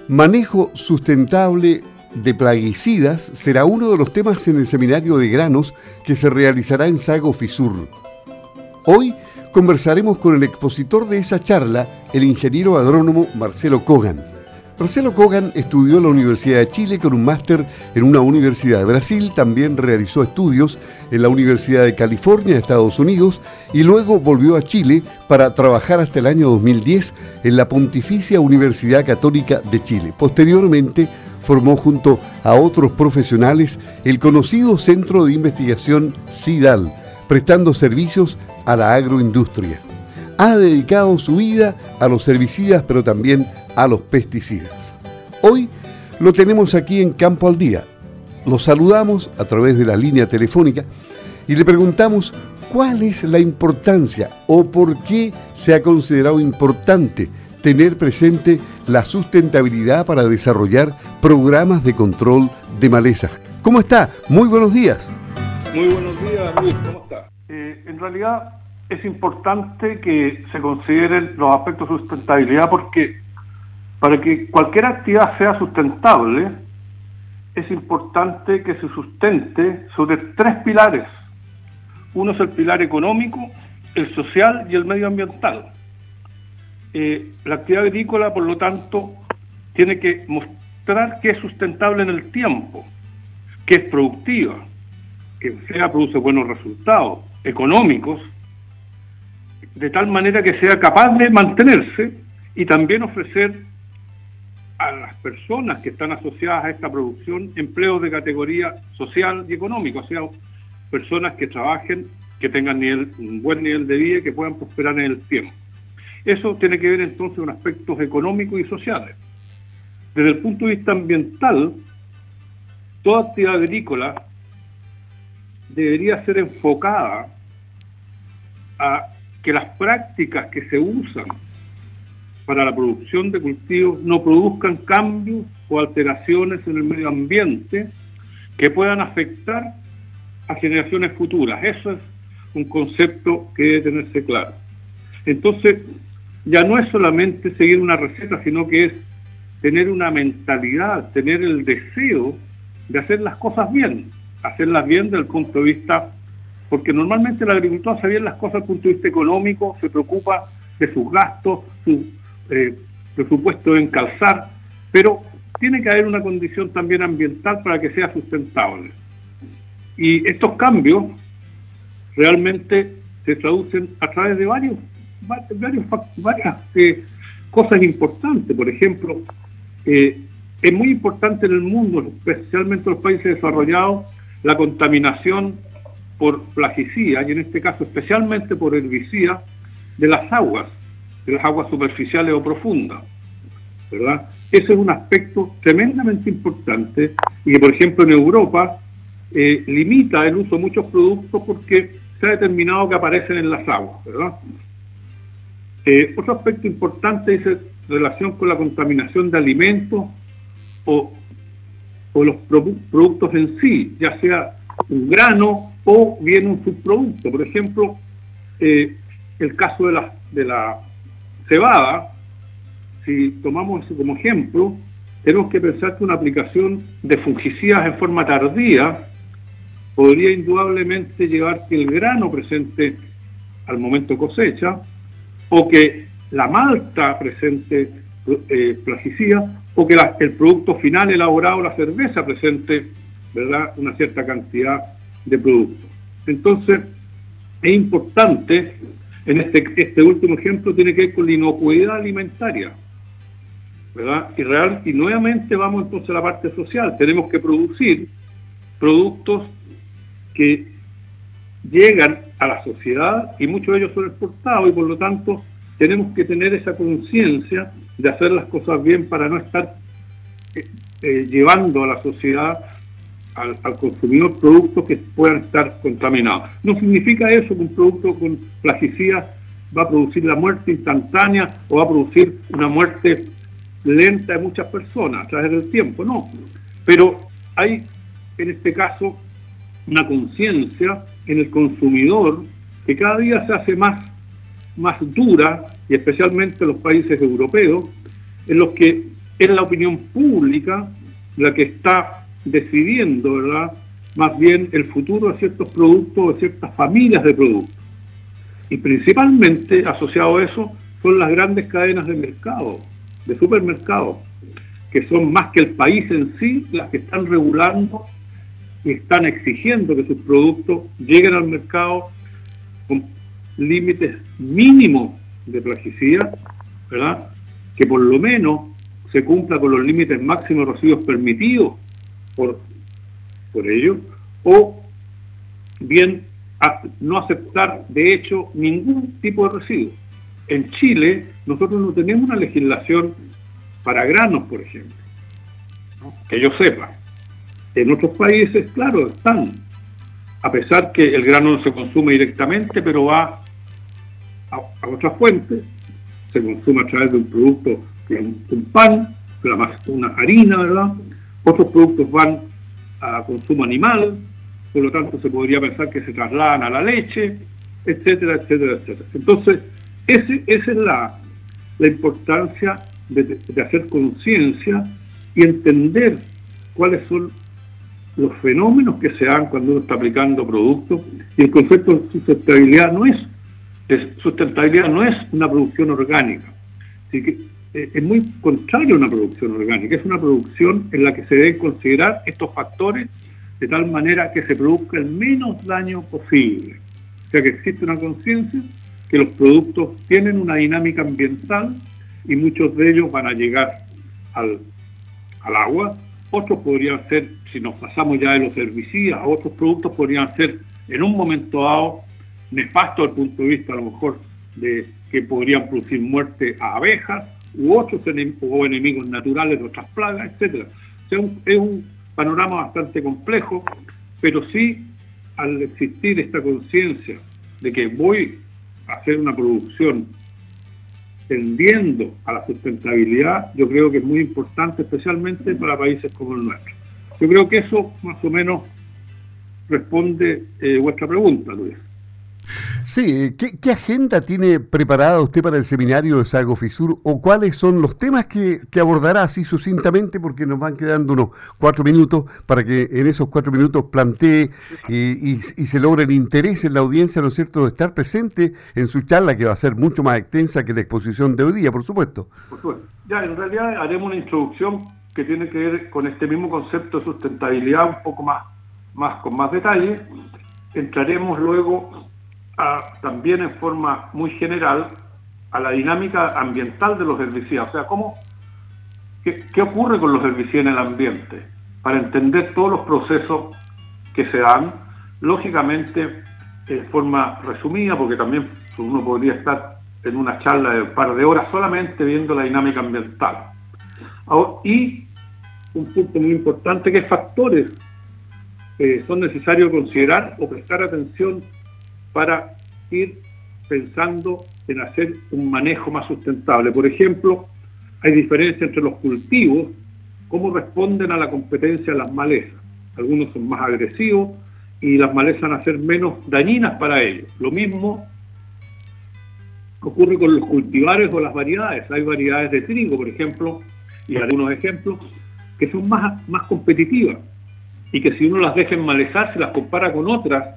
Manejo sustentable de plaguicidas será uno de los temas en el seminario de granos que se realizará en Sago Fisur. Hoy conversaremos con el expositor de esa charla, el ingeniero agrónomo Marcelo Kogan. Marcelo Kogan estudió en la Universidad de Chile con un máster en una universidad de Brasil, también realizó estudios en la Universidad de California, Estados Unidos, y luego volvió a Chile para trabajar hasta el año 2010 en la Pontificia Universidad Católica de Chile. Posteriormente, formó junto a otros profesionales el conocido Centro de Investigación CIDAL, prestando servicios a la agroindustria. Ha dedicado su vida a los herbicidas, pero también a los pesticidas. Hoy lo tenemos aquí en Campo al Día. Lo saludamos a través de la línea telefónica y le preguntamos cuál es la importancia o por qué se ha considerado importante tener presente la sustentabilidad para desarrollar programas de control de malezas. ¿Cómo está? Muy buenos días. Muy buenos días, Luis. ¿Cómo está? En realidad es importante que se consideren los aspectos de sustentabilidad porque para que cualquier actividad sea sustentable es importante que se sustente sobre tres pilares. Uno es el pilar económico, el social y el medioambiental. La actividad agrícola, por lo tanto, tiene que mostrar que es sustentable en el tiempo, que es productiva, que produce buenos resultados económicos, de tal manera que sea capaz de mantenerse y también ofrecer a las personas que están asociadas a esta producción empleos de categoría social y económica, o sea, personas que trabajen, que tengan un buen nivel de vida y que puedan prosperar en el tiempo. Eso tiene que ver entonces con aspectos económicos y sociales. Desde el punto de vista ambiental, toda actividad agrícola debería ser enfocada a que las prácticas que se usan para la producción de cultivos no produzcan cambios o alteraciones en el medio ambiente que puedan afectar a generaciones futuras. Eso es un concepto que debe tenerse claro. Entonces, ya no es solamente seguir una receta, sino que es tener una mentalidad, tener el deseo de hacer las cosas bien, hacerlas bien desde el punto de vista, porque normalmente el agricultor hace bien las cosas desde el punto de vista económico, se preocupa de sus gastos, su presupuesto en calzar, pero tiene que haber una condición también ambiental para que sea sustentable. Y estos cambios realmente se traducen a través de varias cosas importantes. Por ejemplo, es muy importante en el mundo, especialmente en los países desarrollados, la contaminación por plaguicidas, y en este caso especialmente por herbicidas, de las aguas superficiales o profundas, ¿verdad? Ese es un aspecto tremendamente importante y que, por ejemplo, en Europa limita el uso de muchos productos porque se ha determinado que aparecen en las aguas, ¿verdad? Otro aspecto importante es en relación con la contaminación de alimentos o los productos en sí, ya sea un grano o bien un subproducto. Por ejemplo, el caso de la cebada, si tomamos eso como ejemplo, tenemos que pensar que una aplicación de fungicidas en forma tardía podría indudablemente llevar que el grano presente al momento de cosecha, o que la malta presente plaguicidas, o que el producto final elaborado, la cerveza, presente, ¿verdad?, una cierta cantidad de productos. Entonces, es importante, en este último ejemplo tiene que ver con la inocuidad alimentaria, ¿verdad? Y nuevamente vamos entonces a la parte social. Tenemos que producir productos que llegan a la sociedad y muchos de ellos son exportados y por lo tanto tenemos que tener esa conciencia de hacer las cosas bien para no estar llevando a la sociedad, al consumidor, productos que puedan estar contaminados. No significa eso que un producto con plaguicidas va a producir la muerte instantánea o va a producir una muerte lenta de muchas personas a través del tiempo, no. Pero hay, en este caso, una conciencia en el consumidor que cada día se hace más dura, y especialmente en los países europeos, en los que es la opinión pública la que está decidiendo, ¿verdad?, más bien el futuro de ciertos productos o de ciertas familias de productos. Y principalmente asociado a eso son las grandes cadenas de mercado, de supermercados, que son más que el país en sí las que están regulando y están exigiendo que sus productos lleguen al mercado con límites mínimos de plaguicidas, ¿verdad?, que por lo menos se cumpla con los límites máximos de residuos permitidos por ellos, o bien no aceptar de hecho ningún tipo de residuo. En Chile nosotros no tenemos una legislación para granos, por ejemplo, ¿no?, que yo sepa. En otros países, claro, están, a pesar que el grano no se consume directamente, pero va a otras fuentes, se consume a través de un producto, un pan, una harina, ¿verdad? Otros productos van a consumo animal, por lo tanto se podría pensar que se trasladan a la leche, etcétera, etcétera, etcétera. Entonces, esa es la importancia de hacer conciencia y entender cuáles son los fenómenos que se dan cuando uno está aplicando productos. Y el concepto de sustentabilidad no es una producción orgánica. Así que es muy contrario a una producción orgánica, es una producción en la que se deben considerar estos factores de tal manera que se produzca el menos daño posible. O sea que existe una conciencia que los productos tienen una dinámica ambiental y muchos de ellos van a llegar al agua. Otros podrían ser, si nos pasamos ya de los herbicidas, otros productos podrían ser en un momento dado nefastos desde el punto de vista a lo mejor de que podrían producir muerte a abejas u otros enemigos naturales de otras plagas, etcétera. O sea, es un panorama bastante complejo, pero sí, al existir esta conciencia de que voy a hacer una producción tendiendo a la sustentabilidad, yo creo que es muy importante, especialmente para países como el nuestro. Yo creo que eso más o menos responde vuestra pregunta, Luis. Sí, ¿qué agenda tiene preparada usted para el seminario de Sago Fisur o cuáles son los temas que abordará así sucintamente, porque nos van quedando unos 4 minutos para que en esos 4 minutos plantee y se logre el interés en la audiencia, ¿no es cierto?, de estar presente en su charla, que va a ser mucho más extensa que la exposición de hoy día, por supuesto. Por supuesto. Ya, en realidad haremos una introducción que tiene que ver con este mismo concepto de sustentabilidad un poco con más detalle. Entraremos luego también en forma muy general a la dinámica ambiental de los herbicidas, o sea, ¿qué ocurre con los herbicidas en el ambiente? Para entender todos los procesos que se dan, lógicamente en forma resumida, porque también uno podría estar en una charla de un par de horas solamente viendo la dinámica ambiental. Y un punto muy importante, ¿qué factores son necesarios considerar o prestar atención para ir pensando en hacer un manejo más sustentable? Por ejemplo, hay diferencia entre los cultivos, cómo responden a la competencia de las malezas. Algunos son más agresivos y las malezas van a ser menos dañinas para ellos. Lo mismo ocurre con los cultivares o las variedades. Hay variedades de trigo, por ejemplo, y algunos ejemplos, que son más competitivas y que si uno las deja enmalezar, se las compara con otras,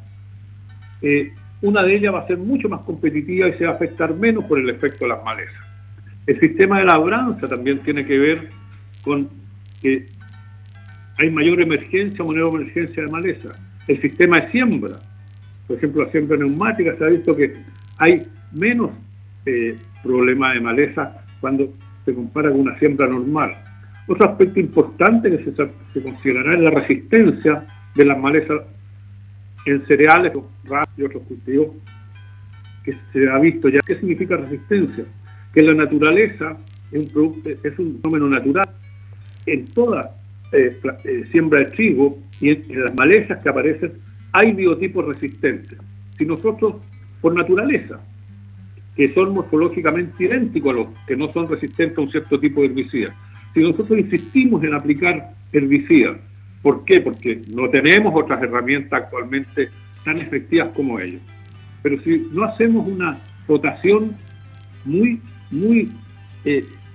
una de ellas va a ser mucho más competitiva y se va a afectar menos por el efecto de las malezas. El sistema de labranza también tiene que ver con que hay mayor emergencia o menor emergencia de maleza. El sistema de siembra, por ejemplo, la siembra neumática, se ha visto que hay menos problema de maleza cuando se compara con una siembra normal. Otro aspecto importante que se considerará es la resistencia de las malezas en cereales y otros cultivos, que se ha visto ya. ¿Qué significa resistencia? Que la naturaleza es un fenómeno natural en toda siembra de trigo y en las malezas que aparecen hay biotipos resistentes. Si nosotros, por naturaleza, que son morfológicamente idénticos a los que no son resistentes a un cierto tipo de herbicida, si nosotros insistimos en aplicar herbicidas, ¿por qué? Porque no tenemos otras herramientas actualmente tan efectivas como ellos. Pero si no hacemos una rotación muy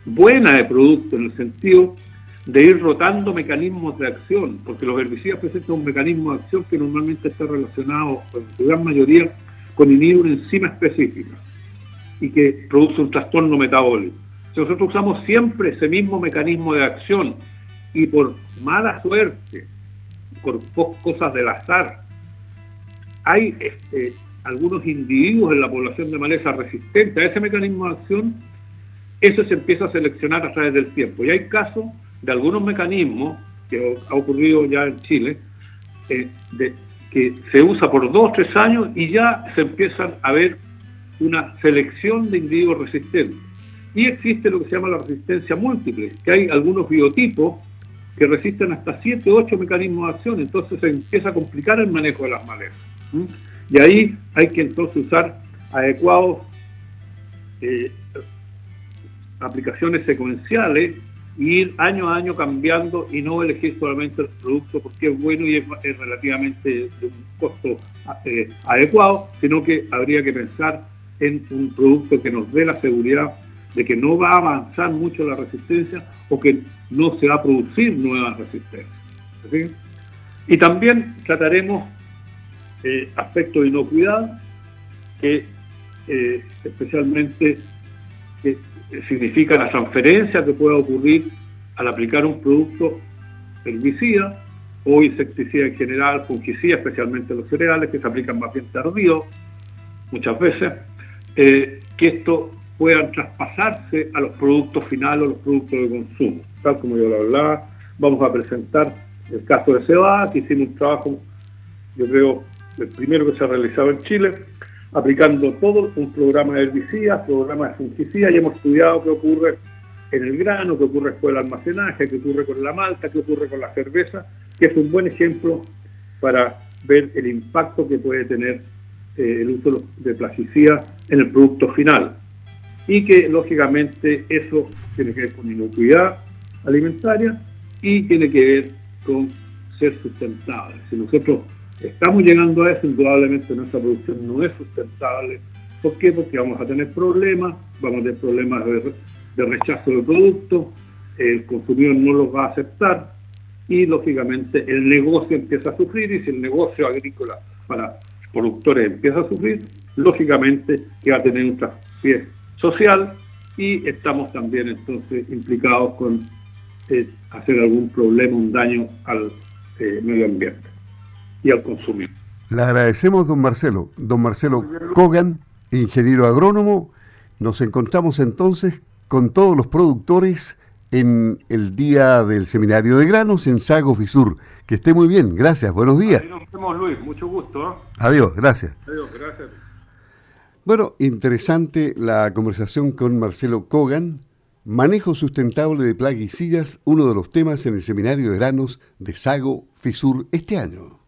buena de producto, en el sentido de ir rotando mecanismos de acción, porque los herbicidas presentan un mecanismo de acción que normalmente está relacionado, en su gran mayoría, con inhibir una enzima específica y que produce un trastorno metabólico. Si nosotros usamos siempre ese mismo mecanismo de acción y por mala suerte, por cosas del azar, hay algunos individuos en la población de maleza resistentes a ese mecanismo de acción, eso se empieza a seleccionar a través del tiempo. Y hay casos de algunos mecanismos, que ha ocurrido ya en Chile, que se usa por 2 o 3 años y ya se empiezan a ver una selección de individuos resistentes. Y existe lo que se llama la resistencia múltiple, que hay algunos biotipos que resisten hasta 7 o 8 mecanismos de acción, entonces se empieza a complicar el manejo de las malezas. Y ahí hay que entonces usar adecuados aplicaciones secuenciales y ir año a año cambiando y no elegir solamente el producto porque es bueno y es relativamente de un costo adecuado, sino que habría que pensar en un producto que nos dé la seguridad de que no va a avanzar mucho la resistencia o que no se va a producir nuevas resistencias. ¿Sí? Y también trataremos aspectos de inocuidad que especialmente significa la transferencia que puede ocurrir al aplicar un producto herbicida o insecticida en general, fungicida, especialmente los cereales, que se aplican más bien tardío, muchas veces, que esto puedan traspasarse a los productos finales o los productos de consumo. Tal como yo lo hablaba, vamos a presentar el caso de cebada, que hicimos un trabajo, yo creo, el primero que se ha realizado en Chile, aplicando todo un programa de herbicidas, programa de fungicidas, y hemos estudiado qué ocurre en el grano, qué ocurre después del almacenaje, qué ocurre con la malta, qué ocurre con la cerveza, que es un buen ejemplo para ver el impacto que puede tener el uso de plaguicidas en el producto final. Y que, lógicamente, eso tiene que ver con inocuidad alimentaria y tiene que ver con ser sustentable. Si nosotros estamos llegando a eso, indudablemente nuestra producción no es sustentable. ¿Por qué? Porque vamos a tener problemas, vamos a tener problemas de rechazo de productos, el consumidor no los va a aceptar y, lógicamente, el negocio empieza a sufrir, y si el negocio agrícola para productores empieza a sufrir, lógicamente que va a tener un traspié social y estamos también entonces implicados con hacer algún problema, un daño al medio ambiente y al consumidor. Le agradecemos, don Marcelo. Don Marcelo Kogan, ingeniero agrónomo. Nos encontramos entonces con todos los productores en el día del seminario de granos en Sago Fisur. Que esté muy bien. Gracias. Buenos días. Ahí nos vemos, Luis. Mucho gusto. Adiós. Gracias. Adiós. Gracias. Bueno, interesante la conversación con Marcelo Kogan. Manejo sustentable de plaguicidas, uno de los temas en el seminario de granos de Sago Fisur este año.